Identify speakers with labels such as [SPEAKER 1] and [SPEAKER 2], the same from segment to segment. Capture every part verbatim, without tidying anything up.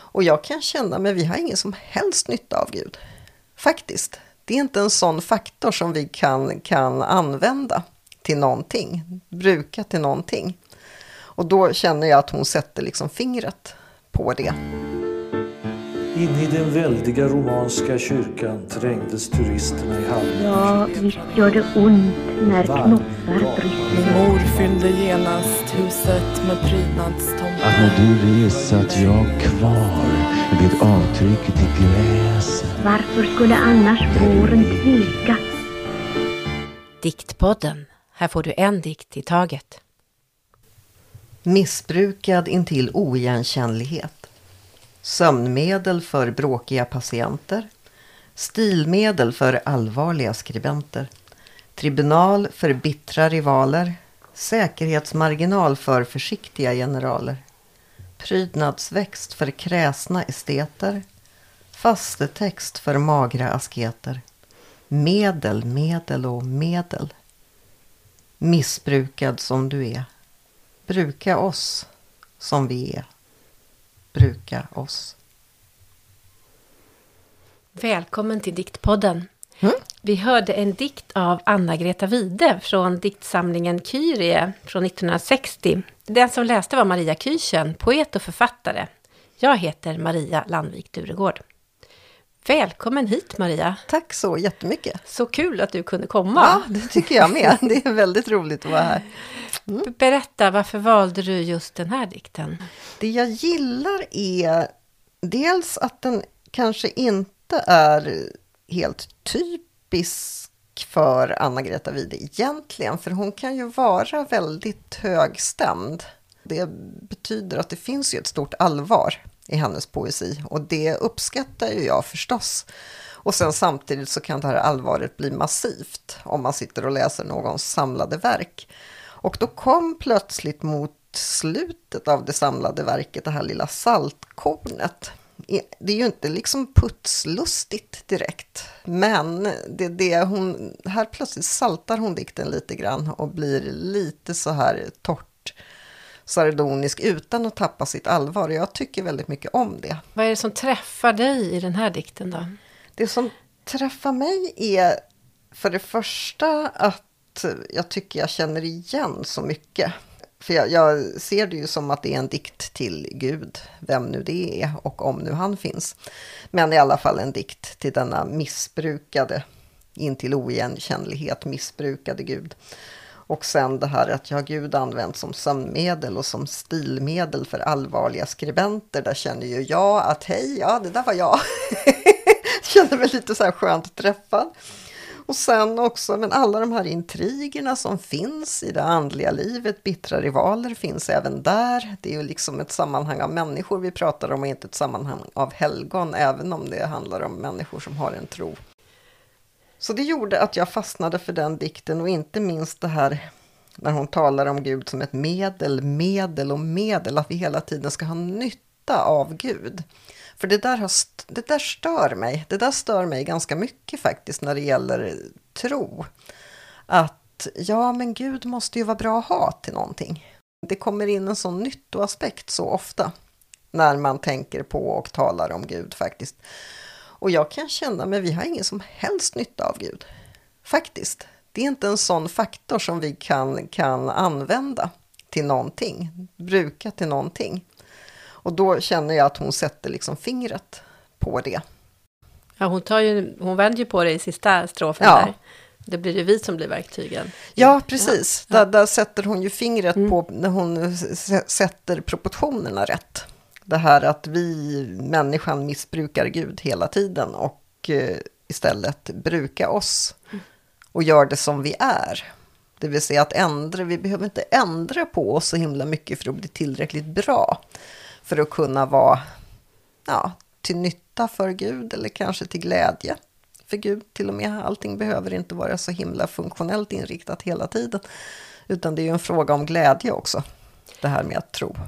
[SPEAKER 1] Och jag kan känna, men vi har ingen som helst nytta av Gud. Faktiskt. Det är inte en sån faktor som vi kan, kan använda till någonting. Bruka till någonting. Och då känner jag att hon sätter liksom fingret på det.
[SPEAKER 2] In i den väldiga romanska kyrkan trängdes turisterna i hallen.
[SPEAKER 3] Ja, visst gör det ont när knoppar bryter.
[SPEAKER 4] Mor fyllde genast huset med prydnadstomtar.
[SPEAKER 5] Att när du res att jag kvar vid avtrycket i gräset.
[SPEAKER 3] Varför skulle annars våren tveka?
[SPEAKER 6] Diktpodden. Här får du en dikt i taget.
[SPEAKER 1] Missbrukad intill oigenkännlighet. Sömnmedel för bråkiga patienter. Stilmedel för allvarliga skribenter. Tribunal för bittra rivaler. Säkerhetsmarginal för försiktiga generaler. Prydnadsväxt för kräsna esteter. Fastetext för magra asketer. Medel, medel och medel. Missbrukad som du är. Bruka oss som vi är. Bruka oss.
[SPEAKER 6] Välkommen till Diktpodden.
[SPEAKER 1] Mm?
[SPEAKER 6] Vi hörde en dikt av Anna-Greta Wide från diktsamlingen Kyrie från nittonhundrasextio. Den som läste var Maria Kyrchen, poet och författare. Jag heter Maria Landvik Duregård. Välkommen hit, Maria.
[SPEAKER 1] Tack så jättemycket.
[SPEAKER 6] Så kul att du kunde komma.
[SPEAKER 1] Ja, det tycker jag med. Det är väldigt roligt att vara här.
[SPEAKER 6] Mm. Berätta, varför valde du just den här dikten?
[SPEAKER 1] Det jag gillar är dels att den kanske inte är helt typisk för Anna-Greta Wide egentligen. För hon kan ju vara väldigt högstämd. Det betyder att det finns ju ett stort allvar i hennes poesi. Och det uppskattar ju jag förstås. Och sen samtidigt så kan det här allvaret bli massivt om man sitter och läser någons samlade verk. Och då kom plötsligt mot slutet av det samlade verket det här lilla saltkornet. Det är ju inte liksom putslustigt direkt. Men det, det hon, här plötsligt saltar hon dikten lite grann och blir lite så här torrt sardonisk utan att tappa sitt allvar. Jag tycker väldigt mycket om det.
[SPEAKER 6] Vad är det som träffar dig i den här dikten då?
[SPEAKER 1] Det som träffar mig är för det första att jag tycker jag känner igen så mycket. För jag, jag ser det ju som att det är en dikt till Gud, vem nu det är och om nu han finns. Men i alla fall en dikt till denna missbrukade, intill oigenkännlighet, missbrukade Gud. Och sen det här att jag Gud använt som sömnmedel och som stilmedel för allvarliga skribenter. Där känner ju jag att hej, ja det där var jag. Känner mig lite så här skönt träffad. Och sen också, men alla de här intrigerna som finns i det andliga livet, bittra rivaler finns även där. Det är ju liksom ett sammanhang av människor vi pratar om och inte ett sammanhang av helgon, även om det handlar om människor som har en tro. Så det gjorde att jag fastnade för den dikten och inte minst det här när hon talar om Gud som ett medel, medel och medel, att vi hela tiden ska ha nytta av Gud. För det där, har, det där stör mig. Det där stör mig ganska mycket faktiskt när det gäller tro. Att ja, men Gud måste ju vara bra att ha till någonting. Det kommer in en sån nyttoaspekt så ofta när man tänker på och talar om Gud faktiskt. Och jag kan känna, men vi har ingen som helst nytta av Gud. Faktiskt. Det är inte en sån faktor som vi kan, kan använda till någonting. Bruka till någonting. Och då känner jag att hon sätter liksom fingret på det.
[SPEAKER 6] Ja, hon, tar ju, hon vänder ju på det i sista strofen
[SPEAKER 1] ja.
[SPEAKER 6] där. Det blir ju vi som blir verktygen.
[SPEAKER 1] Ja, precis.
[SPEAKER 6] Ja.
[SPEAKER 1] Där, där sätter hon ju fingret
[SPEAKER 6] mm.
[SPEAKER 1] på när hon sätter proportionerna rätt. Det här att vi, människan, missbrukar Gud hela tiden och eh, istället brukar oss och gör det som vi är. Det vill säga att ändra, vi behöver inte ändra på oss så himla mycket för att bli tillräckligt bra. För att kunna vara ja, till nytta för Gud eller kanske till glädje för Gud till och med. Allting behöver inte vara så himla funktionellt inriktat hela tiden. Utan det är ju en fråga om glädje också. Det här med att tro.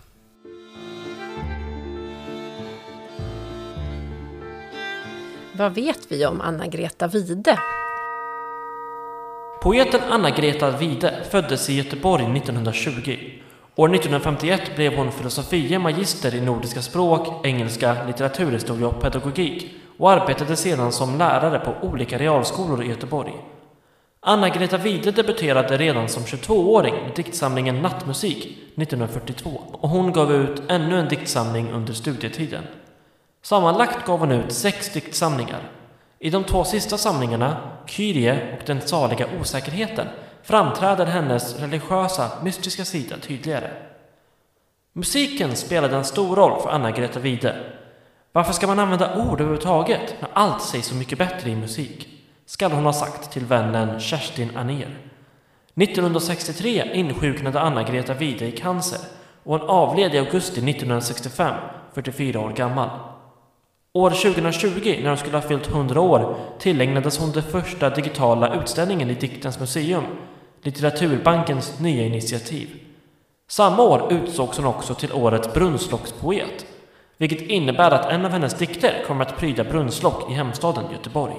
[SPEAKER 6] Vad vet vi om Anna-Greta Wide?
[SPEAKER 7] Poeten Anna-Greta Wide föddes i Göteborg nittonhundratjugo År nittonhundrafemtioett blev hon filosofie magister i nordiska språk, engelska, litteraturhistoria och pedagogik och arbetade sedan som lärare på olika realskolor i Göteborg. Anna-Greta Wide debuterade redan som tjugotvååring med diktsamlingen Nattmusik nittonhundrafyrtiotvå och hon gav ut ännu en diktsamling under studietiden. Sammanlagt gav hon ut sex diktsamlingar. I de två sista samlingarna, Kyrie och Den saliga osäkerheten, framträder hennes religiösa, mystiska sida tydligare. Musiken spelade en stor roll för Anna-Greta Wide. Varför ska man använda ord överhuvudtaget när allt sägs så mycket bättre i musik? Skall hon ha sagt till vännen Kerstin Anér. nittonhundrasextiotre insjuknade Anna-Greta Wide i cancer och hon avled i augusti nittonhundrasextiofem, fyrtiofyra år gammal. År tjugohundratjugo, när hon skulle ha fyllt hundra år, tillägnades hon den första digitala utställningen i Diktens museum, Litteraturbankens nya initiativ. Samma år utsågs hon också till årets brunnslockspoet, vilket innebär att en av hennes dikter kommer att pryda brunnslock i hemstaden Göteborg.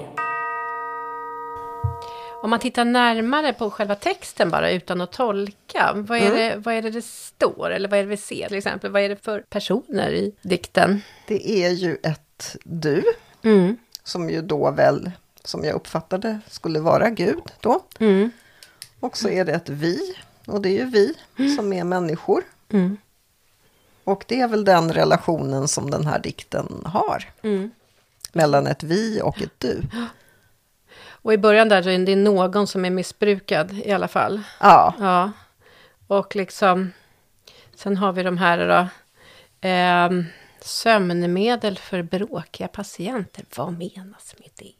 [SPEAKER 6] Om man tittar närmare på själva texten bara utan att tolka, vad är, mm. det, vad är det det står eller vad är det vi ser till exempel? Vad är det för personer i dikten?
[SPEAKER 1] Det är ju ett du,
[SPEAKER 6] mm.
[SPEAKER 1] som ju då väl, som jag uppfattade, skulle vara Gud då.
[SPEAKER 6] Mm.
[SPEAKER 1] Och så är det ett vi, och det är ju vi mm. som är människor.
[SPEAKER 6] Mm.
[SPEAKER 1] Och det är väl den relationen som den här dikten har.
[SPEAKER 6] Mm.
[SPEAKER 1] Mellan ett vi och ett du.
[SPEAKER 6] Och i början där så är det någon som är missbrukad i alla fall.
[SPEAKER 1] Ja.
[SPEAKER 6] Ja. Och liksom, sen har vi de här då, eh, sömnmedel för bråkiga patienter. Vad menas med det?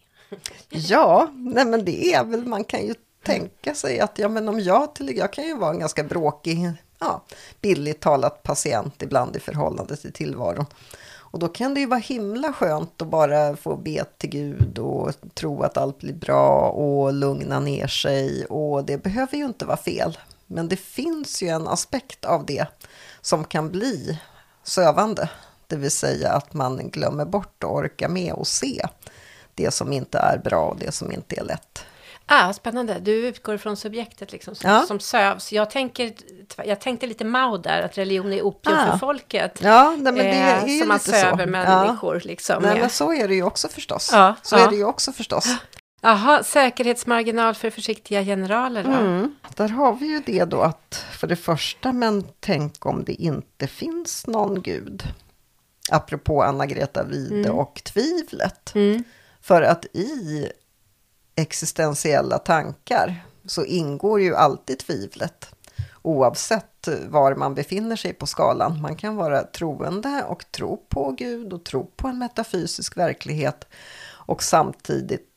[SPEAKER 1] Ja, nej men det är väl, man kan ju tänka sig att ja, men om jag till jag kan ju vara en ganska bråkig, ja, billigt talat patient ibland i förhållande till tillvaron. Och då kan det ju vara himla skönt att bara få be till Gud och tro att allt blir bra och lugna ner sig. Och det behöver ju inte vara fel. Men det finns ju en aspekt av det som kan bli sövande. Det vill säga att man glömmer bort och orkar med och se det som inte är bra och det som inte är lätt.
[SPEAKER 6] Ah, spännande. Du utgår från subjektet liksom, som,
[SPEAKER 1] ja.
[SPEAKER 6] som sövs. Jag, tänker, jag tänkte lite Mao där, att religion är opium ah. för folket.
[SPEAKER 1] Ja, nej, men det är
[SPEAKER 6] eh,
[SPEAKER 1] ju
[SPEAKER 6] som man
[SPEAKER 1] lite
[SPEAKER 6] söver
[SPEAKER 1] så.
[SPEAKER 6] människor.
[SPEAKER 1] Ja.
[SPEAKER 6] Liksom,
[SPEAKER 1] nej,
[SPEAKER 6] med.
[SPEAKER 1] men så är det ju också förstås.
[SPEAKER 6] Ja,
[SPEAKER 1] så
[SPEAKER 6] ja.
[SPEAKER 1] är det ju också förstås.
[SPEAKER 6] Jaha, säkerhetsmarginal för försiktiga generaler då?
[SPEAKER 1] Mm, där har vi ju det då att för det första, men tänk om det inte finns någon Gud. Apropå Anna-Greta Wide mm. och tvivlet.
[SPEAKER 6] Mm.
[SPEAKER 1] För att i existentiella tankar så ingår ju alltid tvivlet. Oavsett var man befinner sig på skalan. Man kan vara troende och tro på Gud och tro på en metafysisk verklighet. Och samtidigt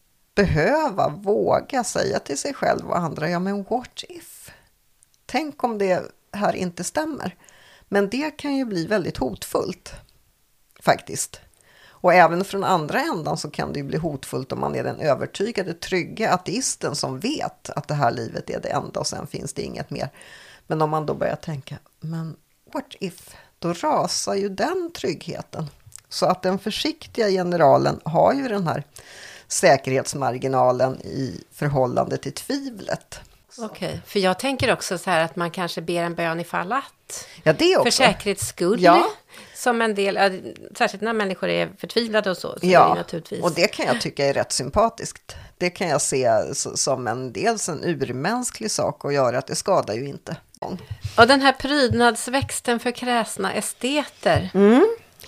[SPEAKER 1] behöva våga säga till sig själv och andra, ja men what if? Tänk om det här inte stämmer. Men det kan ju bli väldigt hotfullt faktiskt. Och även från andra ändan så kan det ju bli hotfullt om man är den övertygade, trygga ateisten som vet att det här livet är det enda och sen finns det inget mer. Men om man då börjar tänka, men what if? Då rasar ju den tryggheten. Så att den försiktiga generalen har ju den här säkerhetsmarginalen i förhållande till tvivlet.
[SPEAKER 6] Okej, okay. För jag tänker också så här att man kanske ber en bön ifall att.
[SPEAKER 1] Ja, det också.
[SPEAKER 6] För säkerhets skull.
[SPEAKER 1] Ja.
[SPEAKER 6] Som en del, särskilt när människor är förtvivlade och så. så
[SPEAKER 1] ja,
[SPEAKER 6] är det naturligtvis.
[SPEAKER 1] Och det kan jag tycka är rätt sympatiskt. Det kan jag se som en dels en urmänsklig sak att göra, att det skadar ju inte.
[SPEAKER 6] Och den här prydnadsväxten för kräsna esteter.
[SPEAKER 1] Mm.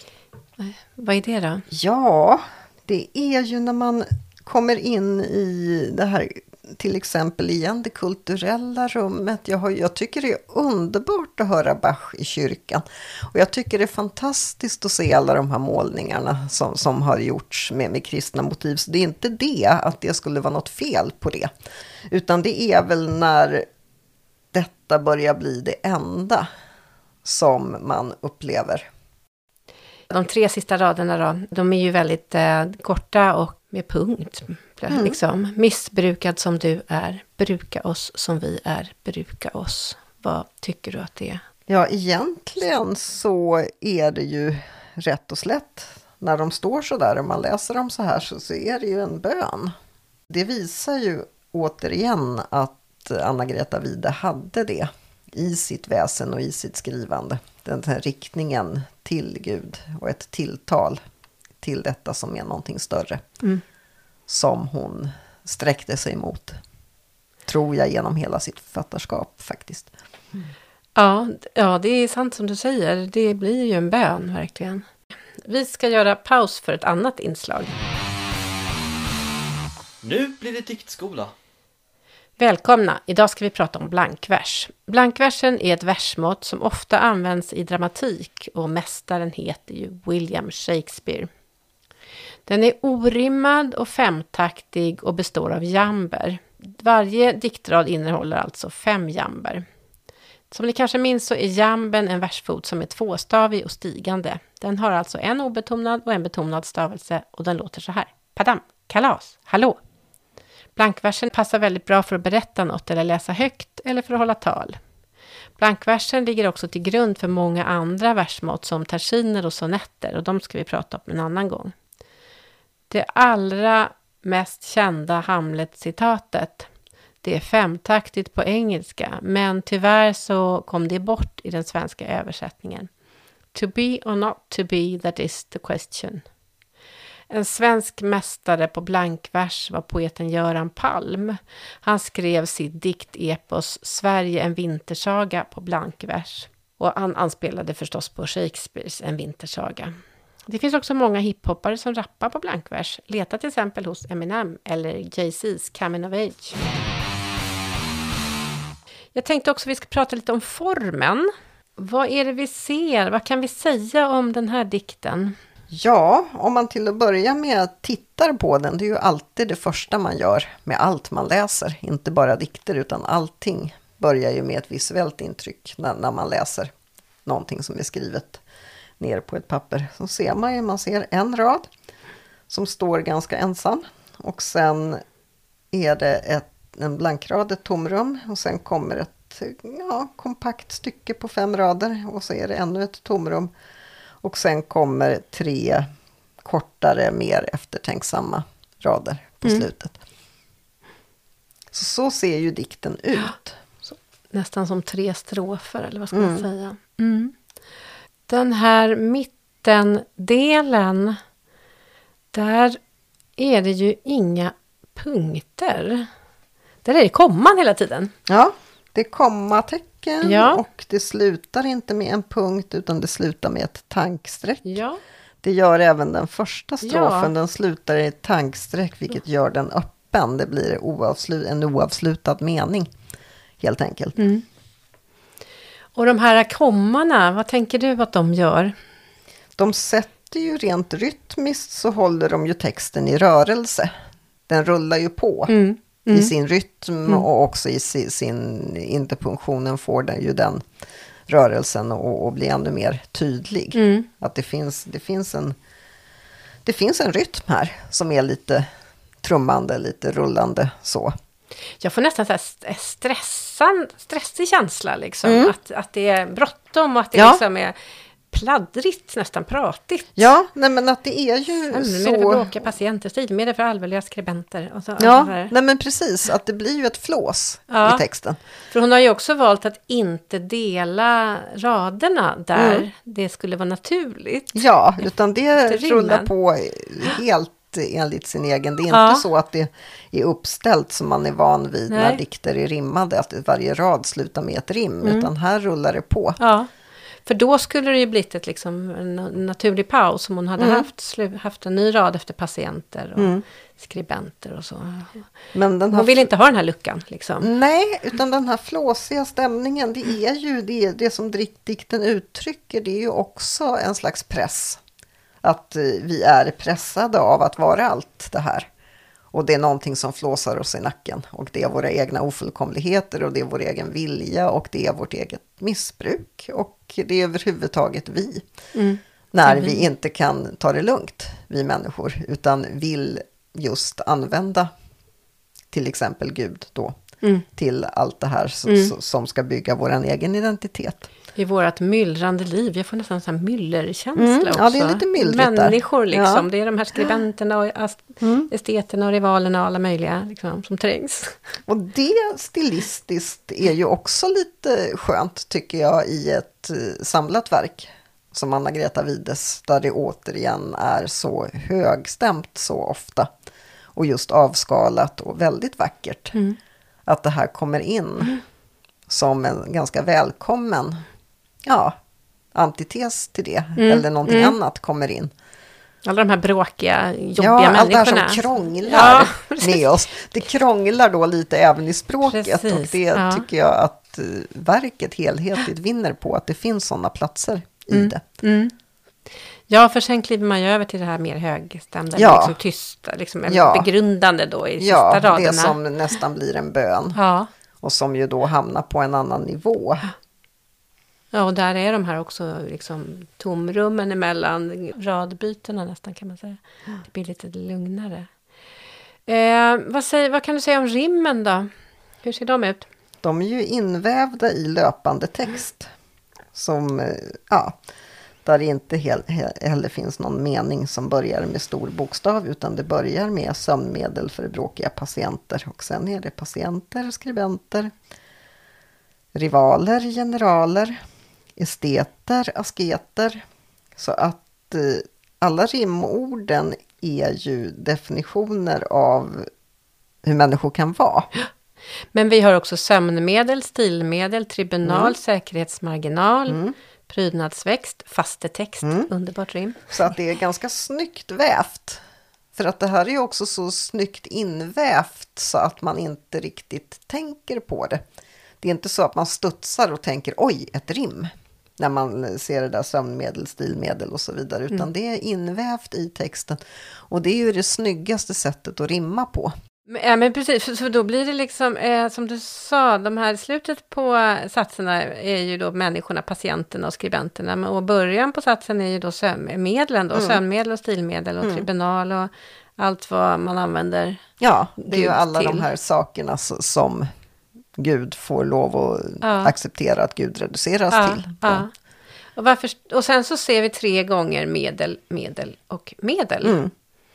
[SPEAKER 6] Vad är det då?
[SPEAKER 1] Ja, det är ju när man kommer in i det här, till exempel igen det kulturella rummet. Jag, har, jag tycker det är underbart att höra Bach i kyrkan. Och jag tycker det är fantastiskt att se alla de här målningarna som, som har gjorts med, med kristna motiv. Så det är inte det att det skulle vara något fel på det. Utan det är väl när detta börjar bli det enda som man upplever.
[SPEAKER 6] De tre sista raderna då, de är ju väldigt eh, korta och med punkt. Mm. Liksom. Missbrukad som du är, bruka oss som vi är, bruka oss. Vad tycker du att det är?
[SPEAKER 1] Ja, egentligen så är det ju rätt och slätt. När de står så där och man läser dem så här så, så är det ju en bön. Det visar ju återigen att Anna-Greta Wide hade det i sitt väsen och i sitt skrivande. Den här riktningen till Gud och ett tilltal till detta som är någonting större. Mm. Som hon sträckte sig mot. Tror jag genom hela sitt författarskap faktiskt.
[SPEAKER 6] Mm. Ja, ja, det är sant som du säger. Det blir ju en bön verkligen. Vi ska göra paus för ett annat inslag.
[SPEAKER 7] Nu blir det diktskola.
[SPEAKER 6] Välkomna! Idag ska vi prata om blankvers. Blankversen är ett versmått som ofta används i dramatik och mästaren heter ju William Shakespeare. Den är orimmad och femtaktig och består av jamber. Varje diktrad innehåller alltså fem jamber. Som ni kanske minns så är jamben en versfot som är tvåstavig och stigande. Den har alltså en obetonad och en betonad stavelse och den låter så här. Padam, kalas, hallå! Blankversen passar väldigt bra för att berätta något eller läsa högt eller för att hålla tal. Blankversen ligger också till grund för många andra versmått som tersiner och sonetter och de ska vi prata om en annan gång. Det allra mest kända Hamlet-citatet, det är femtaktigt på engelska, men tyvärr så kom det bort i den svenska översättningen. To be or not to be, that is the question. En svensk mästare på blankvers var poeten Göran Palm. Han skrev sitt diktepos Sverige en vintersaga på blankvers. Och han anspelade förstås på Shakespeares En vintersaga. Det finns också många hiphoppare som rappar på blankvers. Leta till exempel hos Eminem eller Jay-Z's Coming of Age. Jag tänkte också att vi ska prata lite om formen. Vad är det vi ser? Vad kan vi säga om den här dikten?
[SPEAKER 1] Ja, om man till att börja med tittar på den, det är ju alltid det första man gör med allt man läser. Inte bara dikter utan allting börjar ju med ett visuellt intryck när, när man läser någonting som är skrivet ner på ett papper. Så ser man ju, man ser en rad som står ganska ensam och sen är det ett, en blankrad, ett tomrum och sen kommer ett ja, kompakt stycke på fem rader och så är det ännu ett tomrum. Och sen kommer tre kortare, mer eftertänksamma rader på mm. slutet. Så, så ser ju dikten ut. Så.
[SPEAKER 6] Nästan som tre strofer, eller vad ska mm. man säga. Mm. Den här mittendelen, där är det ju inga punkter. Där är det komman hela tiden.
[SPEAKER 1] Ja, det är kommatecken.
[SPEAKER 6] Ja.
[SPEAKER 1] Och det slutar inte med en punkt utan det slutar med ett tankstreck.
[SPEAKER 6] Ja.
[SPEAKER 1] Det gör även den första strofen.
[SPEAKER 6] Ja.
[SPEAKER 1] Den slutar i ett tankstreck vilket gör den öppen. Det blir oavslut, en oavslutad mening helt enkelt.
[SPEAKER 6] Mm. Och de här kommarna, vad tänker du att de gör?
[SPEAKER 1] De sätter ju rent rytmiskt så håller de ju texten i rörelse. Den rullar ju på. Mm. Mm. I sin rytm mm. och också i sin, sin interpunktionen får den ju den rörelsen och, och blir ännu mer tydlig. Mm. Att det finns, det, finns en, det finns en rytm här som är lite trummande, lite rullande så.
[SPEAKER 6] Jag får nästan så här stressan, stressig känsla liksom. Mm. Att, att det är bråttom och att det ja. liksom är pladdrigt, nästan pratigt.
[SPEAKER 1] Ja, nej men att det är ju
[SPEAKER 6] mm,
[SPEAKER 1] så...
[SPEAKER 6] Med det för bråkiga patienter, tid med det för allvarliga skribenter. Och så,
[SPEAKER 1] ja, nej men precis. Att det blir ju ett flås ja. i texten.
[SPEAKER 6] För hon har ju också valt att inte dela raderna där mm. det skulle vara naturligt.
[SPEAKER 1] Ja, utan det rullar på helt enligt sin egen. Det är ja. inte så att det är uppställt som man är van vid nej. när dikter är rimmade. Att varje rad slutar med ett rim. Mm. Utan här rullar det på.
[SPEAKER 6] Ja. För då skulle det ju blivit ett, liksom, en naturlig paus om hon hade mm. haft, slu, haft en ny rad efter patienter och mm. skribenter och så. Men den hon vill inte ha den här luckan. Liksom.
[SPEAKER 1] Nej, utan den här flåsiga stämningen, det är ju det, det som dikten uttrycker, det är ju också en slags press. Att vi är pressade av att vara allt det här. Och det är någonting som flåsar oss i nacken. Och det är våra egna ofullkomligheter och det är vår egen vilja och det är vårt eget missbruk. Och det är överhuvudtaget vi. Mm. När vi. vi inte kan ta det lugnt, vi människor. Utan vill just använda till exempel Gud då. Mm. Till allt det här som, mm. som ska bygga vår egen identitet.
[SPEAKER 6] I vårat myllrande liv. Jag får nästan en sån här myllerkänsla
[SPEAKER 1] Mm,
[SPEAKER 6] också.
[SPEAKER 1] ja, det är lite myllrigt där.
[SPEAKER 6] Människor liksom.
[SPEAKER 1] Ja.
[SPEAKER 6] Det är de här skribenterna och ast-
[SPEAKER 1] Mm.
[SPEAKER 6] esteterna och rivalerna och alla möjliga liksom, som trängs.
[SPEAKER 1] Och det stilistiskt är ju också lite skönt tycker jag i ett eh, samlat verk som Anna-Greta Wides, där det återigen är så högstämt så ofta och just avskalat och väldigt vackert.
[SPEAKER 6] Mm.
[SPEAKER 1] Att det här kommer in mm. som en ganska välkommen ja, antites till det.
[SPEAKER 6] Mm.
[SPEAKER 1] Eller någonting
[SPEAKER 6] Mm.
[SPEAKER 1] annat kommer in.
[SPEAKER 6] Alla de här bråkiga, jobbiga
[SPEAKER 1] ja,
[SPEAKER 6] människorna.
[SPEAKER 1] allt det här som krånglar
[SPEAKER 6] Ja,
[SPEAKER 1] med oss. Det krånglar då lite även i språket.
[SPEAKER 6] Precis,
[SPEAKER 1] och det
[SPEAKER 6] ja.
[SPEAKER 1] tycker jag att uh, verket helhetligt vinner på. Att det finns sådana platser i
[SPEAKER 6] Mm.
[SPEAKER 1] det.
[SPEAKER 6] Mm. Ja, för sen kliver man ju över till det här mer högstämda,
[SPEAKER 1] Ja.
[SPEAKER 6] liksom tysta, liksom
[SPEAKER 1] Ja.
[SPEAKER 6] begrundande då i sista
[SPEAKER 1] Ja,
[SPEAKER 6] raderna.
[SPEAKER 1] det som nästan blir en bön.
[SPEAKER 6] Ja.
[SPEAKER 1] Och som ju då hamnar på en annan nivå.
[SPEAKER 6] Ja, och där är de här också liksom tomrummen emellan radbytena nästan kan man säga. Det blir lite lugnare. Eh, vad, säger, vad kan du säga om rimmen då? Hur ser de ut?
[SPEAKER 1] De är ju invävda i löpande text. Som, eh, ja, där det inte hel, he- heller finns någon mening som börjar med stor bokstav. Utan det börjar med sömnmedel för bråkiga patienter. Och sen är det patienter, skribenter, rivaler, generaler, esteter, asketer. Så att eh, alla rimorden är ju definitioner av hur människor kan vara.
[SPEAKER 6] Men vi har också sömnmedel, stilmedel, tribunal,
[SPEAKER 1] Mm.
[SPEAKER 6] säkerhetsmarginal,
[SPEAKER 1] Mm.
[SPEAKER 6] prydnadsväxt, fastetext,
[SPEAKER 1] Mm.
[SPEAKER 6] underbart rim.
[SPEAKER 1] Så att det är ganska snyggt vävt. För att det här är ju också så snyggt invävt så att man inte riktigt tänker på det. Det är inte så att man studsar och tänker oj, ett rim. När man ser det där sömnmedel, stilmedel och så vidare. Utan
[SPEAKER 6] Mm.
[SPEAKER 1] det är invävt i texten. Och det är ju det snyggaste sättet att rimma på.
[SPEAKER 6] Men, ja, men precis, för, för då blir det liksom, eh, som du sa, de här slutet på satserna är ju då människorna, patienterna och skribenterna. Men, och början på satsen är ju då sömnmedlen då,
[SPEAKER 1] Mm.
[SPEAKER 6] sömnmedel och stilmedel och
[SPEAKER 1] Mm.
[SPEAKER 6] tribunal och allt vad man använder.
[SPEAKER 1] Ja, det är ju
[SPEAKER 6] Gud
[SPEAKER 1] alla
[SPEAKER 6] till.
[SPEAKER 1] de här sakerna s- som Gud får lov att
[SPEAKER 6] Ja.
[SPEAKER 1] acceptera att Gud reduceras
[SPEAKER 6] Ja,
[SPEAKER 1] till.
[SPEAKER 6] ja. Och, varför, och sen så ser vi tre gånger medel, medel och medel.
[SPEAKER 1] Mm.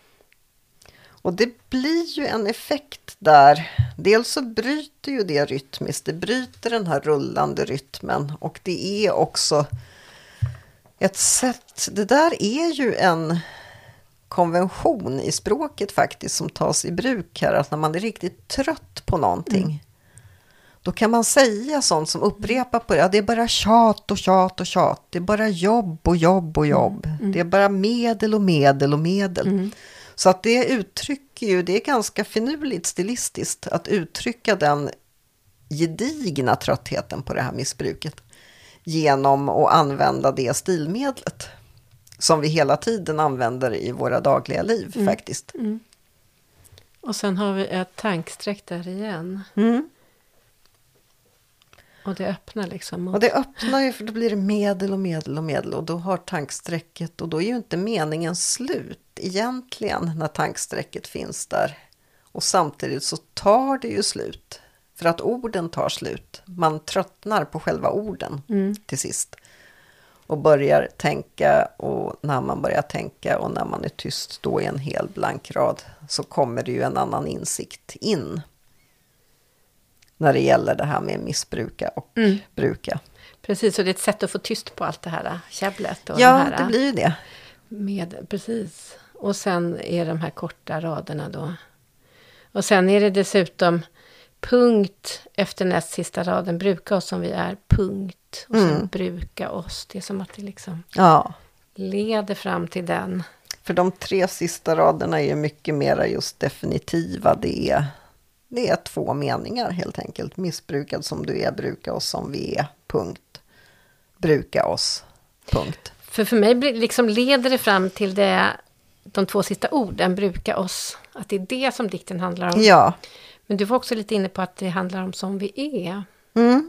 [SPEAKER 1] Och det blir ju en effekt där. Dels så bryter ju det rytmiskt. Det bryter den här rullande rytmen. Och det är också ett sätt. Det där är ju en konvention i språket faktiskt som tas i bruk här. Att när man är riktigt trött på någonting. Mm. Då kan man säga sånt som upprepar på det. Ja, det är bara tjat och tjat och tjat. Det är bara jobb och jobb och jobb. Mm. Det är bara medel och medel och medel. Mm. Så att det uttrycker ju, det är ganska finurligt stilistiskt att uttrycka den gedigna tröttheten på det här missbruket genom att använda det stilmedlet som vi hela tiden använder i våra dagliga liv mm. faktiskt.
[SPEAKER 6] Mm. Och sen har vi ett tanksträck där igen.
[SPEAKER 1] Mm.
[SPEAKER 6] Och det öppnar liksom. Mot...
[SPEAKER 1] Och det öppnar ju, för då blir det medel och medel och medel. Och då har tanksträcket, och då är ju inte meningen slut egentligen när tanksträcket finns där. Och samtidigt så tar det ju slut. För att orden tar slut. Man tröttnar på själva orden mm. till sist. Och börjar tänka, och när man börjar tänka och när man är tyst då i en hel blank rad så kommer det ju en annan insikt in. När det gäller det här med missbruka och mm. bruka.
[SPEAKER 6] Precis, och det är ett sätt att få tyst på allt det här käbblet. Och
[SPEAKER 1] ja,
[SPEAKER 6] de här,
[SPEAKER 1] det blir ju det.
[SPEAKER 6] Med, precis. Och sen är de här korta raderna då. Och sen är det dessutom punkt efter näst sista raden. Bruka oss som vi är, punkt. Och sen mm. bruka oss. Det är som att det liksom
[SPEAKER 1] ja.
[SPEAKER 6] leder fram till den.
[SPEAKER 1] För de tre sista raderna är ju mycket mer just definitiva. Det är... Det är två meningar helt enkelt. Missbrukad som du är, bruka oss som vi är, punkt. Bruka oss, punkt.
[SPEAKER 6] För för mig liksom leder det fram till det, de två sista orden, bruka oss. Att det är det som dikten handlar om.
[SPEAKER 1] Ja.
[SPEAKER 6] Men du var också lite inne på att det handlar om som vi är.
[SPEAKER 1] Mm.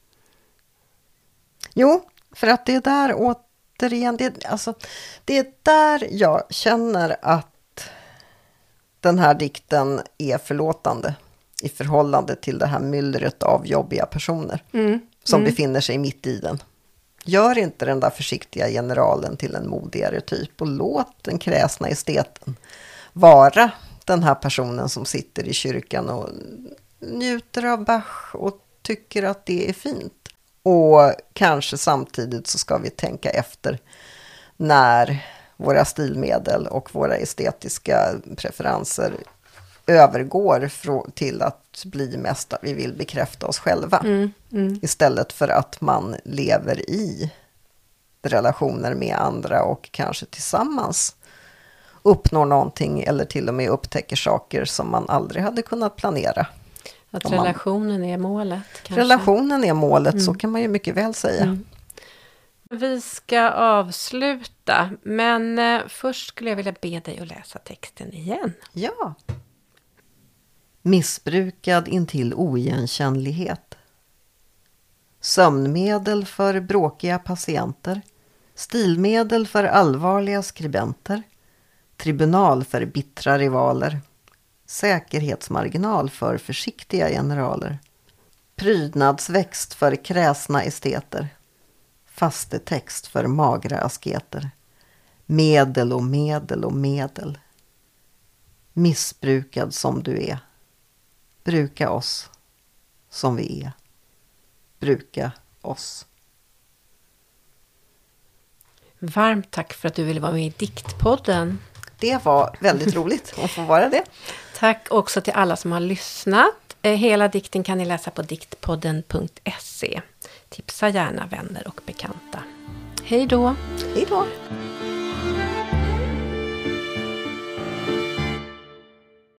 [SPEAKER 1] Jo, för att det är där återigen, det, alltså, det är där jag känner att den här dikten är förlåtande i förhållande till det här myllret av jobbiga personer mm. som mm. befinner sig mitt i den. Gör inte den där försiktiga generalen till en modigare typ och låt den kräsna esteten vara den här personen som sitter i kyrkan och njuter av Bach och tycker att det är fint. Och kanske samtidigt så ska vi tänka efter när våra stilmedel och våra estetiska preferenser övergår till att bli mest att vi vill bekräfta oss själva.
[SPEAKER 6] Mm, mm.
[SPEAKER 1] Istället för att man lever i relationer med andra och kanske tillsammans uppnår någonting eller till och med upptäcker saker som man aldrig hade kunnat planera.
[SPEAKER 6] Att
[SPEAKER 1] Om man-
[SPEAKER 6] relationen är målet. Kanske.
[SPEAKER 1] Relationen är målet,
[SPEAKER 6] Mm.
[SPEAKER 1] så kan man ju mycket väl säga.
[SPEAKER 6] Mm. Vi ska avsluta, men eh, först skulle jag vilja be dig att läsa texten igen.
[SPEAKER 1] Ja. Missbrukad intill oigenkännlighet. Sömnmedel för bråkiga patienter. Stilmedel för allvarliga skribenter. Tribunal för bittra rivaler. Säkerhetsmarginal för försiktiga generaler. Prydnadsväxt för kräsna esteter. Fastetext för magra asketer. Medel och medel och medel. Missbrukad som du är. Bruka oss som vi är. Bruka oss.
[SPEAKER 6] Varmt tack för att du ville vara med i Diktpodden.
[SPEAKER 1] Det var väldigt roligt att få vara det.
[SPEAKER 6] Tack också till alla som har lyssnat. Eh, Hela dikten kan ni läsa på diktpodden punkt se. Tipsa gärna vänner och bekanta. Hej då!
[SPEAKER 1] Hej då!